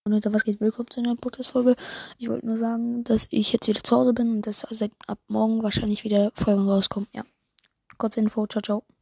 Und Leute, was geht? Willkommen zu einer Podcast-Folge. Ich wollte nur sagen, dass ich jetzt wieder zu Hause bin und dass ab morgen wahrscheinlich wieder Folgen rauskommen. Ja, kurze Info. Ciao, ciao.